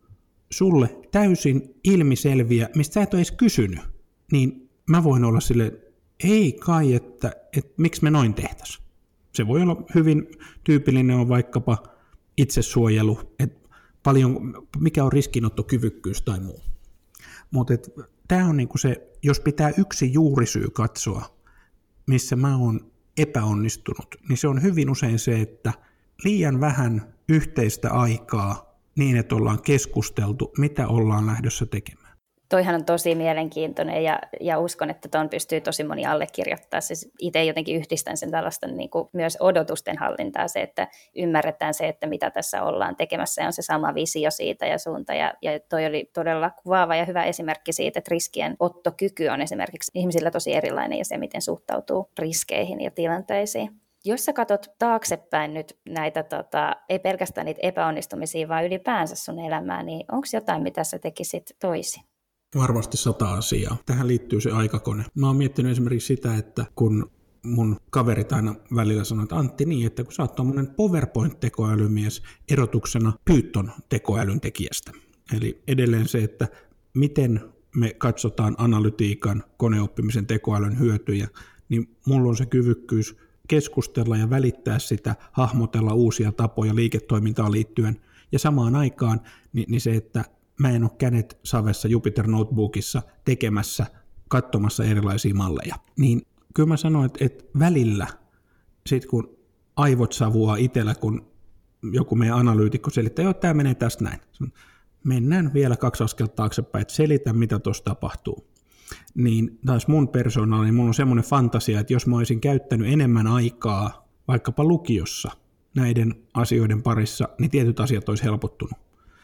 Speaker 2: sulle täysin ilmiselviä, mistä sä et ole edes kysynyt, niin mä voin olla sille, ei kai, että miksi me noin tehtäisiin. Se voi olla hyvin tyypillinen on vaikkapa itsesuojelu, että paljon, mikä on riskinottokyvykkyys tai muu. Mutta tämä on niinku se, jos pitää yksi juurisyy katsoa, missä mä oon epäonnistunut, niin se on hyvin usein se, että liian vähän yhteistä aikaa niin, että ollaan keskusteltu, mitä ollaan lähdössä tekemään.
Speaker 1: Toihan on tosi mielenkiintoinen ja uskon, että tuon pystyy tosi moni allekirjoittaa. Siis itse jotenkin yhdistän sen tällaista niin kuin myös odotusten hallintaa, se, että ymmärretään se, että mitä tässä ollaan tekemässä ja on se sama visio siitä ja suunta. Ja toi oli todella kuvaava ja hyvä esimerkki siitä, että riskien ottokyky on esimerkiksi ihmisillä tosi erilainen ja se, miten suhtautuu riskeihin ja tilanteisiin. Jos sä katsot taaksepäin nyt näitä, ei pelkästään niitä epäonnistumisia, vaan ylipäänsä sun elämää, niin onko jotain, mitä sä tekisit toisin?
Speaker 2: Varmasti 100 asiaa. Tähän liittyy se aikakone. Mä oon miettinyt esimerkiksi sitä, että kun mun kaverit aina välillä sanoo, että Antti niin, että kun sä oot tommonen PowerPoint-tekoälymies erotuksena Python tekoälyn tekijästä. Eli edelleen se, että miten me katsotaan analytiikan, koneoppimisen, tekoälyn hyötyjä, niin mulla on se kyvykkyys keskustella ja välittää sitä, hahmotella uusia tapoja liiketoimintaan liittyen. Ja samaan aikaan niin se, että mä en ole kädet savessa Jupyter Notebookissa tekemässä, katsomassa erilaisia malleja. Niin kyllä mä sanoin, että välillä, sit kun aivot savuaa itsellä, kun joku meidän analyytikko selittää, joo, tämä menee tästä näin. Mennään vielä 2 askelta taaksepäin, että selitä, mitä tuossa tapahtuu. Niin taas mun persoonalla, niin mulla on semmoinen fantasia, että jos mä olisin käyttänyt enemmän aikaa vaikkapa lukiossa näiden asioiden parissa, niin tietyt asiat olisi helpottunut.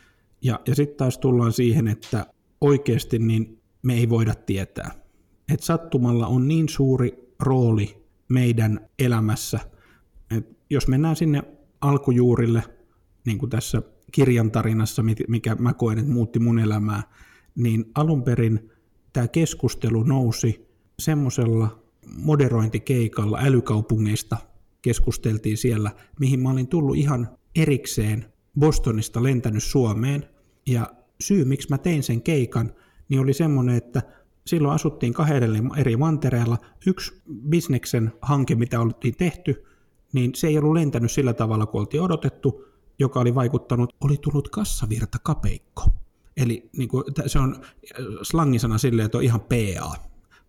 Speaker 2: Ja sitten taas tullaan siihen, että oikeasti niin me ei voida tietää. Että sattumalla on niin suuri rooli meidän elämässä, että jos mennään sinne alkujuurille, niin kuin tässä kirjan tarinassa, mikä mä koen, että muutti mun elämää, niin alun perin tämä keskustelu nousi semmoisella moderointikeikalla älykaupungeista, keskusteltiin siellä, mihin mä olin tullut ihan erikseen Bostonista lentänyt Suomeen, ja syy, miksi mä tein sen keikan, niin oli semmoinen, että silloin asuttiin 2 eri mantereella. Yksi bisneksen hanke, mitä oltiin tehty, niin se ei ollut lentänyt sillä tavalla, kun oltiin odotettu, joka oli vaikuttanut, oli tullut kassavirta kapeikko. Eli niin kuin, se on slangisana silleen, että on ihan PA,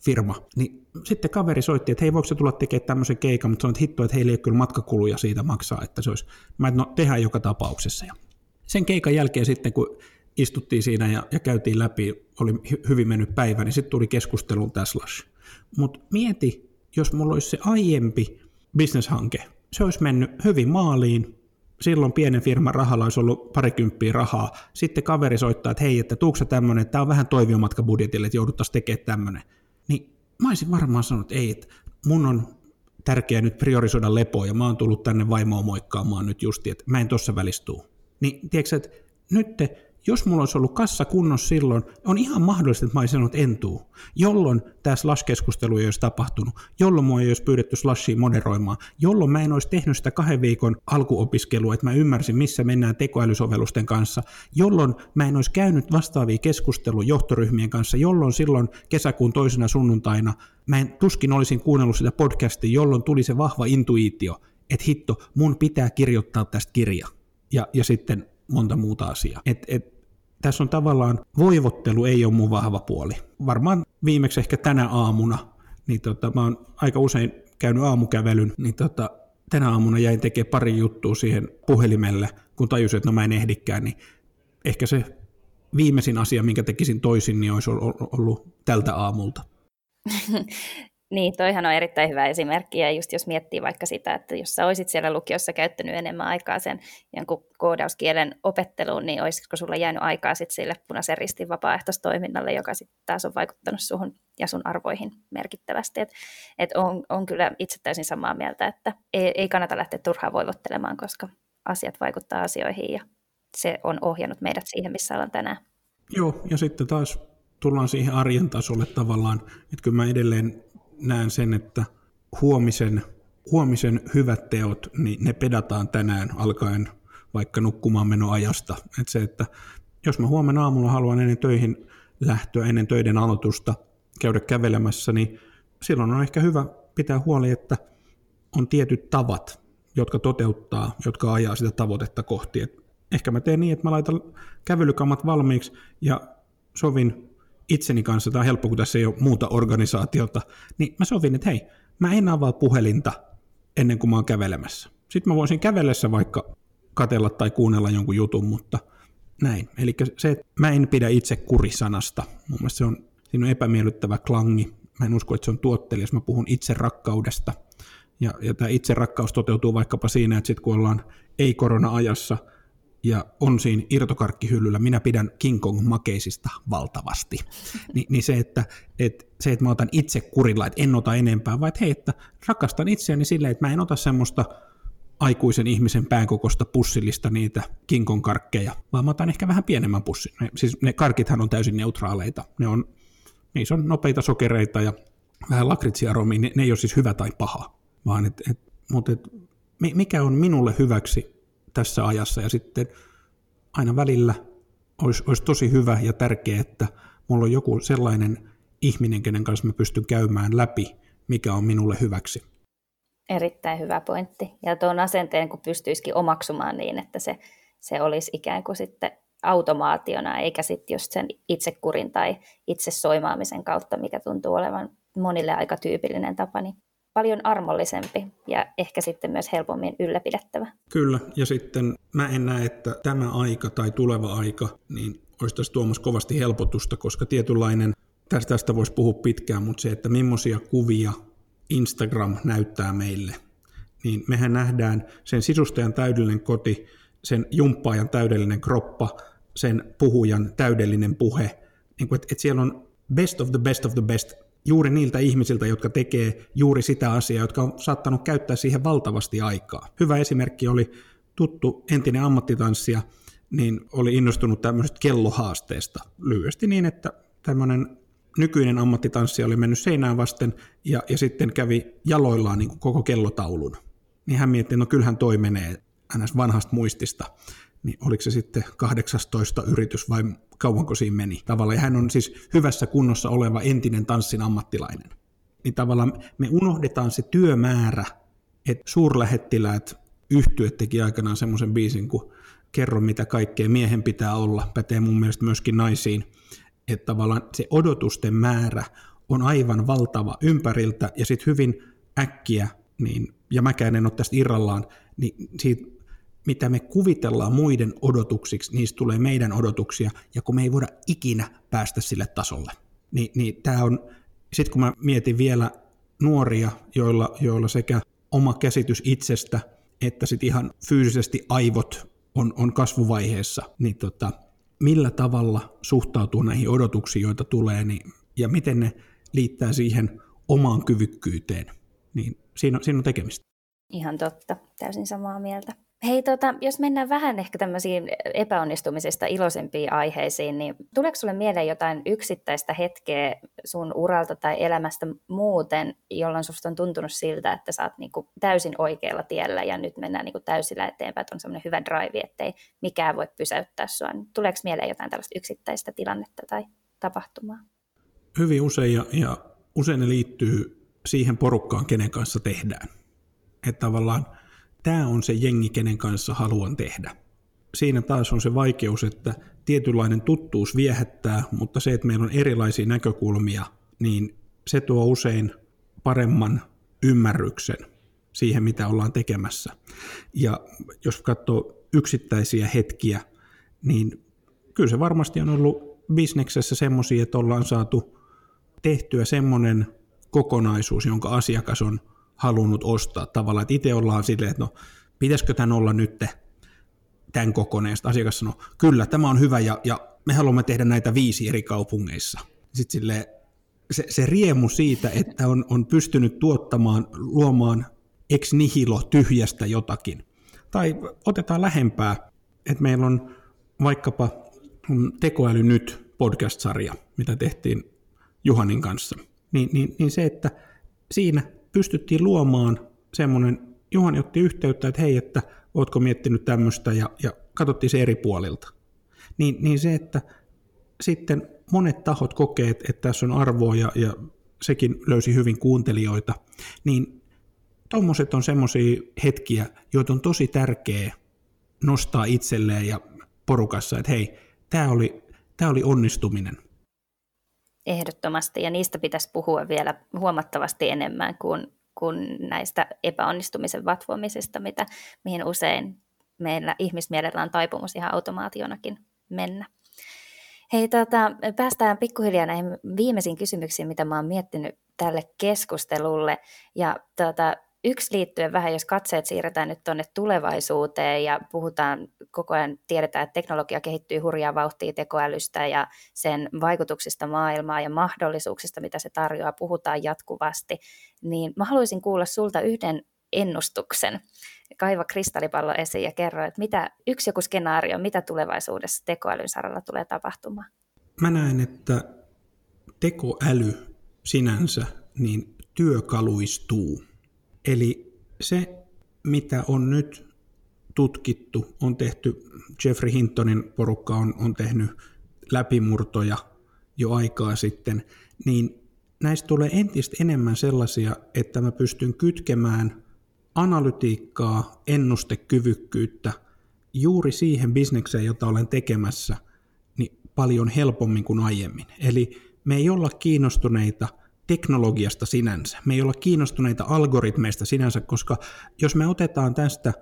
Speaker 2: firma. Niin sitten kaveri soitti, että hei, voiko se tulla tekemään tämmöisen keikan, mutta sanoi, että hitto, että heillä ei ole kyllä matkakuluja siitä maksaa, että se olisi, no tehdään joka tapauksessa. Ja sen keikan jälkeen sitten, kun istuttiin siinä ja käytiin läpi, oli hyvin mennyt päivä, niin sitten tuli keskusteluun tämä Slush. Mutta mieti, jos mulla olisi se aiempi business-hanke, se olisi mennyt hyvin maaliin, silloin pienen firman rahalla olisi ollut 20 rahaa, sitten kaveri soittaa, että hei, että tuutko sä tämmöinen, että tämä on vähän toiviomatkabudjetille, että jouduttaisiin tekemään tämmöinen. Niin mä olisin varmaan sanonut, että ei, että mun on tärkeää nyt priorisoida lepoa, ja mä oon tullut tänne vaimoa moikkaamaan nyt justi, että mä en tossa välistuu. Niin tiedätkö, että nyt jos mulla olisi ollut kassa kunnossa silloin, on ihan mahdollista, että mä olisin sanonut, että en tuu. Jolloin tämä Slush-keskustelu ei olisi tapahtunut, jolloin mua ei olisi pyydetty Slushia moderoimaan, jolloin mä en olisi tehnyt sitä 2 viikon alkuopiskelua, että mä ymmärsin, missä mennään tekoälysovellusten kanssa, jolloin mä en olisi käynyt vastaavia keskusteluja johtoryhmien kanssa, jolloin silloin kesäkuun toisena sunnuntaina mä en tuskin olisin kuunnellut sitä podcastia, jolloin tuli se vahva intuitio, että hitto, mun pitää kirjoittaa tästä kirja. Ja sitten monta muuta asiaa. Tässä on tavallaan, voivottelu ei ole mun vahva puoli. Varmaan viimeksi ehkä tänä aamuna, niin mä oon aika usein käynyt aamukävelyn, niin tänä aamuna jäin tekemään pari juttua siihen puhelimelle, kun tajusin, että no mä en ehdikään, niin ehkä se viimeisin asia, minkä tekisin toisin, niin olisi ollut tältä aamulta.
Speaker 1: Niin, toihan on erittäin hyvä esimerkki, ja just jos miettii vaikka sitä, että jos sä olisit siellä lukiossa käyttänyt enemmän aikaa sen jonkun koodauskielen opetteluun, niin olisiko sulla jäänyt aikaa sitten sille Punaisen Ristin vapaaehtoistoiminnalle, joka sitten taas on vaikuttanut suhun ja sun arvoihin merkittävästi. Et on kyllä itse täysin samaa mieltä, että ei kannata lähteä turhaan voivottelemaan, koska asiat vaikuttaa asioihin, ja se on ohjannut meidät siihen, missä ollaan tänään.
Speaker 2: Joo, ja sitten taas tullaan siihen arjen tasolle tavallaan, että kyllä mä edelleen näen sen, että huomisen hyvät teot, niin ne pedataan tänään alkaen vaikka nukkumaan menoajasta. Että se, että jos mä huomenna aamulla haluan ennen töihin lähtöä, ennen töiden aloitusta käydä kävelemässä, niin silloin on ehkä hyvä pitää huoli, että on tietyt tavat, jotka toteuttaa, jotka ajaa sitä tavoitetta kohti. Et ehkä mä teen niin, että mä laitan kävelykammat valmiiksi ja sovin itseni kanssa, tämä on helppo, kun tässä ei ole muuta organisaatiota, niin mä sovin, että hei, mä en avaa puhelinta ennen kuin mä oon kävelemässä. Sitten mä voisin kävellessä vaikka katsella tai kuunnella jonkun jutun, mutta näin. Eli se, että mä en pidä itse kurisanasta. Mun mielestä siinä on epämiellyttävä klangi. Mä en usko, että se on tuottelias. Mä puhun itse rakkaudesta. Ja tämä itse rakkaus toteutuu vaikkapa siinä, että sitten kun ollaan ei-korona-ajassa, ja on siinä irtokarkkihyllyllä, minä pidän King Kong-makeisista valtavasti. Niin se, että mä otan itse kurilla, että en ota enempää, vaan että hei, että rakastan itseäni silleen, että mä en ota semmoista aikuisen ihmisen päänkokoista pussillista niitä King Kong-karkkeja, vaan mä otan ehkä vähän pienemmän pussin. Siis ne karkithan on täysin neutraaleita. Niissä on nopeita sokereita ja vähän lakritsiaromia, ne ei ole siis hyvä tai paha, vaan mutta mikä on minulle hyväksi tässä ajassa, ja sitten aina välillä olisi tosi hyvä ja tärkeää, että mulla on joku sellainen ihminen, kenen kanssa mä pystyn käymään läpi, mikä on minulle hyväksi.
Speaker 1: Erittäin hyvä pointti. Ja tuon asenteen, kun pystyisikin omaksumaan niin, että se olisi ikään kuin sitten automaationa, eikä sitten just sen itsekurin tai itse soimaamisen kautta, mikä tuntuu olevan monille aika tyypillinen tapa, niin paljon armollisempi ja ehkä sitten myös helpommin ylläpidettävä.
Speaker 2: Kyllä, ja sitten mä en näe, että tämä aika tai tuleva aika niin olisi tässä tuomassa kovasti helpotusta, koska tietynlainen, tästä voisi puhua pitkään, mutta se, että millaisia kuvia Instagram näyttää meille, niin mehän nähdään sen sisustajan täydellinen koti, sen jumppaajan täydellinen kroppa, sen puhujan täydellinen puhe, niin että siellä on best of the best of the best, juuri niiltä ihmisiltä, jotka tekee juuri sitä asiaa, jotka on saattanut käyttää siihen valtavasti aikaa. Hyvä esimerkki oli tuttu entinen ammattitanssija, niin oli innostunut tämmöisestä kellohaasteesta. Lyhyesti niin, että tämmöinen nykyinen ammattitanssija oli mennyt seinään vasten ja sitten kävi jaloillaan niin kuin koko kellotaulun. Niin hän mietti, no kyllähän toi menee ns. Vanhasta muistista. Niin oliko se sitten 18 yritys vai kauanko siinä meni tavallaan. Ja hän on siis hyvässä kunnossa oleva entinen tanssin ammattilainen. Niin tavallaan me unohdetaan se työmäärä, että suurlähettiläät yhtye teki aikanaan semmoisen biisin kuin Kerro mitä kaikkea miehen pitää olla, pätee mun mielestä myöskin naisiin. Että tavallaan se odotusten määrä on aivan valtava ympäriltä ja sitten hyvin äkkiä, niin, ja mäkään en ole tästä irrallaan, niin siitä, mitä me kuvitellaan muiden odotuksiksi, niistä tulee meidän odotuksia, ja kun me ei voida ikinä päästä sille tasolle. Niin tämä on, sitten kun mä mietin vielä nuoria, joilla sekä oma käsitys itsestä, että sitten ihan fyysisesti aivot on kasvuvaiheessa, niin millä tavalla suhtautuu näihin odotuksiin, joita tulee, niin, ja miten ne liittää siihen omaan kyvykkyyteen, niin siinä on tekemistä.
Speaker 1: Ihan totta, täysin samaa mieltä. Hei, jos mennään vähän ehkä tämmöisiin epäonnistumisesta iloisempiin aiheisiin, niin tuleeko sulle mieleen jotain yksittäistä hetkeä sun uralta tai elämästä muuten, jolloin susta on tuntunut siltä, että sä oot niinku täysin oikealla tiellä ja nyt mennään niinku täysillä eteenpäin, että on semmoinen hyvä drive, ettei mikään voi pysäyttää sua. Tuleeko mieleen jotain tällaista yksittäistä tilannetta tai tapahtumaa?
Speaker 2: Hyvin usein ja usein ne liittyy siihen porukkaan, kenen kanssa tehdään. Että tavallaan tämä on se jengi, kenen kanssa haluan tehdä. Siinä taas on se vaikeus, että tietynlainen tuttuus viehättää, mutta se, että meillä on erilaisia näkökulmia, niin se tuo usein paremman ymmärryksen siihen, mitä ollaan tekemässä. Ja jos katsoo yksittäisiä hetkiä, niin kyllä se varmasti on ollut bisneksessä semmoisia, että ollaan saatu tehtyä semmoinen kokonaisuus, jonka asiakas on halunnut ostaa tavallaan, että itse ollaan silleen, että no, pitäisikö tämän olla nyt tämän kokoinen, ja asiakas sanoo, kyllä, tämä on hyvä, ja me haluamme tehdä näitä 5 eri kaupungeissa. Sitten silleen, se riemu siitä, että on pystynyt luomaan ex nihilo tyhjästä jotakin. Tai otetaan lähempää, että meillä on vaikkapa Tekoäly nyt podcast-sarja, mitä tehtiin Juhanin kanssa. Niin se, että siinä pystyttiin luomaan semmoinen, Juhani otti yhteyttä, että hei, että ootko miettinyt tämmöistä, ja katsottiin se eri puolilta. Niin se, että sitten monet tahot kokee, että tässä on arvoa, ja sekin löysi hyvin kuuntelijoita, niin tommoset on semmoisia hetkiä, joita on tosi tärkeä nostaa itselleen ja porukassa, että hei, tämä oli onnistuminen.
Speaker 1: Ehdottomasti, ja niistä pitäisi puhua vielä huomattavasti enemmän kuin näistä epäonnistumisen vatvomisesta, mihin usein meillä ihmismielellä on taipumus ihan automaationakin mennä. Hei, päästään pikkuhiljaa näihin viimeisiin kysymyksiin, mitä mä oon miettinyt tälle keskustelulle, ja yksi liittyen vähän, jos katseet siirretään nyt tuonne tulevaisuuteen ja puhutaan koko ajan, tiedetään, että teknologia kehittyy hurjaa vauhtia tekoälystä ja sen vaikutuksista maailmaan ja mahdollisuuksista, mitä se tarjoaa, puhutaan jatkuvasti, niin mä haluaisin kuulla sulta yhden ennustuksen. Kaiva kristallipallo esiin ja kerro, että yksi joku skenaario, mitä tulevaisuudessa tekoälyn saralla tulee tapahtumaan?
Speaker 2: Mä näen, että tekoäly sinänsä niin työkaluistuu. Eli se, mitä on nyt tutkittu, on tehty, Jeffrey Hintonin porukka on tehnyt läpimurtoja jo aikaa sitten, niin näistä tulee entistä enemmän sellaisia, että mä pystyn kytkemään analytiikkaa, ennustekyvykkyyttä juuri siihen bisnekseen, jota olen tekemässä, niin paljon helpommin kuin aiemmin. Eli me ei olla kiinnostuneita teknologiasta sinänsä. Me ei olla kiinnostuneita algoritmeista sinänsä, koska jos me otetaan tästä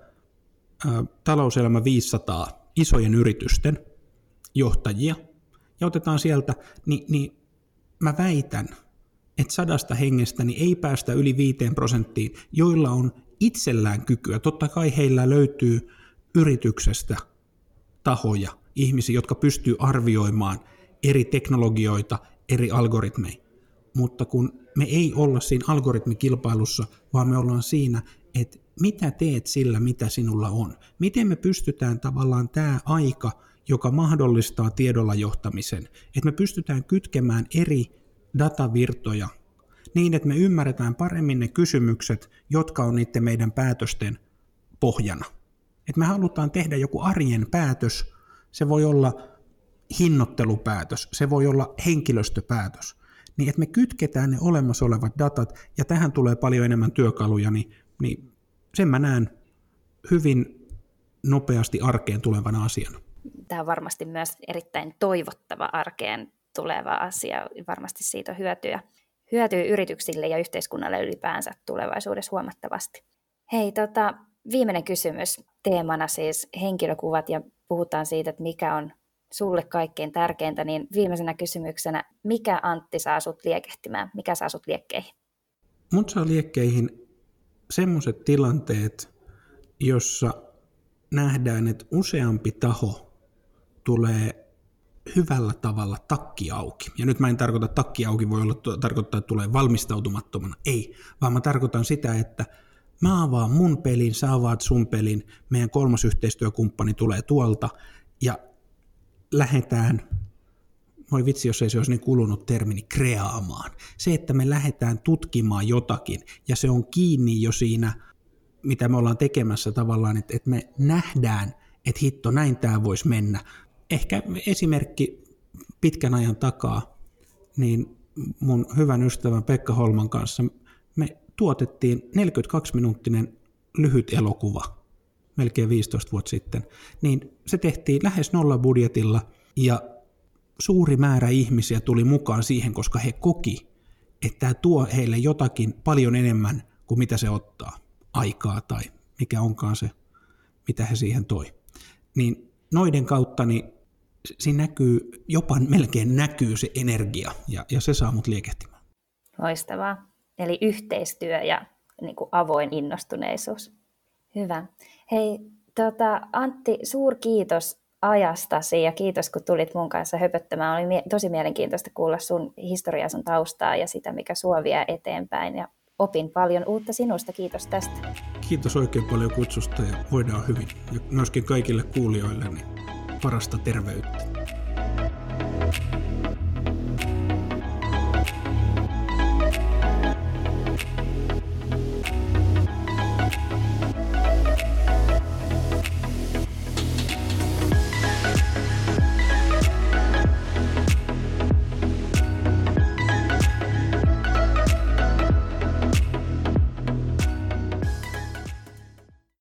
Speaker 2: Talouselämä 500 isojen yritysten johtajia ja otetaan sieltä, niin mä väitän, että 100 hengestä niin ei päästä yli 5%, joilla on itsellään kykyä. Totta kai heillä löytyy yrityksestä tahoja, ihmisiä, jotka pystyy arvioimaan eri teknologioita, eri algoritmeja. Mutta kun me ei olla siinä algoritmikilpailussa, vaan me ollaan siinä, että mitä teet sillä, mitä sinulla on. Miten me pystytään tavallaan tämä aika, joka mahdollistaa tiedolla johtamisen, että me pystytään kytkemään eri datavirtoja niin, että me ymmärretään paremmin ne kysymykset, jotka on niiden meidän päätösten pohjana. Että me halutaan tehdä joku arjen päätös, se voi olla hinnoittelupäätös, se voi olla henkilöstöpäätös, niin että me kytketään ne olemassa olevat datat, ja tähän tulee paljon enemmän työkaluja, niin sen mä näen hyvin nopeasti arkeen tulevana asiana.
Speaker 1: Tämä on varmasti myös erittäin toivottava arkeen tuleva asia, varmasti siitä on hyötyä. hyötyy yrityksille ja yhteiskunnalle ylipäänsä tulevaisuudessa huomattavasti. Hei, viimeinen kysymys. Teemana siis henkilökuvat ja puhutaan siitä, että mikä on sulle kaikkein tärkeintä, niin viimeisenä kysymyksenä, mikä Antti saa sut liekehtimään? Mikä saa sut liekkeihin?
Speaker 2: Mut saa liekkeihin semmoiset tilanteet, jossa nähdään, että useampi taho tulee hyvällä tavalla takki auki. Ja nyt mä en tarkoita takki auki, voi olla tarkoittaa, että tulee valmistautumattomana. Ei, vaan mä tarkoitan sitä, että mä avaan mun pelin, sä avaat sun pelin, meidän kolmas yhteistyökumppani tulee tuolta ja lähdetään, voi vitsi, jos ei se olisi niin kulunut termini, kreaamaan. Se, että me lähdetään tutkimaan jotakin ja se on kiinni jo siinä, mitä me ollaan tekemässä tavallaan, että me nähdään, että hitto, näin tämä voisi mennä. Ehkä esimerkki pitkän ajan takaa, niin mun hyvän ystävän Pekka Holman kanssa me tuotettiin 42-minuuttinen lyhyt elokuva, melkein 15 vuotta sitten, niin se tehtiin lähes nollabudjetilla ja suuri määrä ihmisiä tuli mukaan siihen, koska he koki, että tämä tuo heille jotakin paljon enemmän kuin mitä se ottaa, aikaa tai mikä onkaan se, mitä he siihen toi. Niin noiden kautta niin siinä näkyy, jopa melkein näkyy se energia ja se saa mut liekehtimään.
Speaker 1: Loistavaa. Eli yhteistyö ja niin kuin avoin innostuneisuus. Hyvä. Hei, Antti, suurkiitos ajastasi ja kiitos, kun tulit mun kanssa höpöttämään. Oli tosi mielenkiintoista kuulla sun historiaa, sun taustaa ja sitä, mikä sua vie eteenpäin. Ja opin paljon uutta sinusta. Kiitos tästä.
Speaker 2: Kiitos oikein paljon kutsusta ja voidaan hyvin. Ja myöskin kaikille kuulijoille niin parasta terveyttä.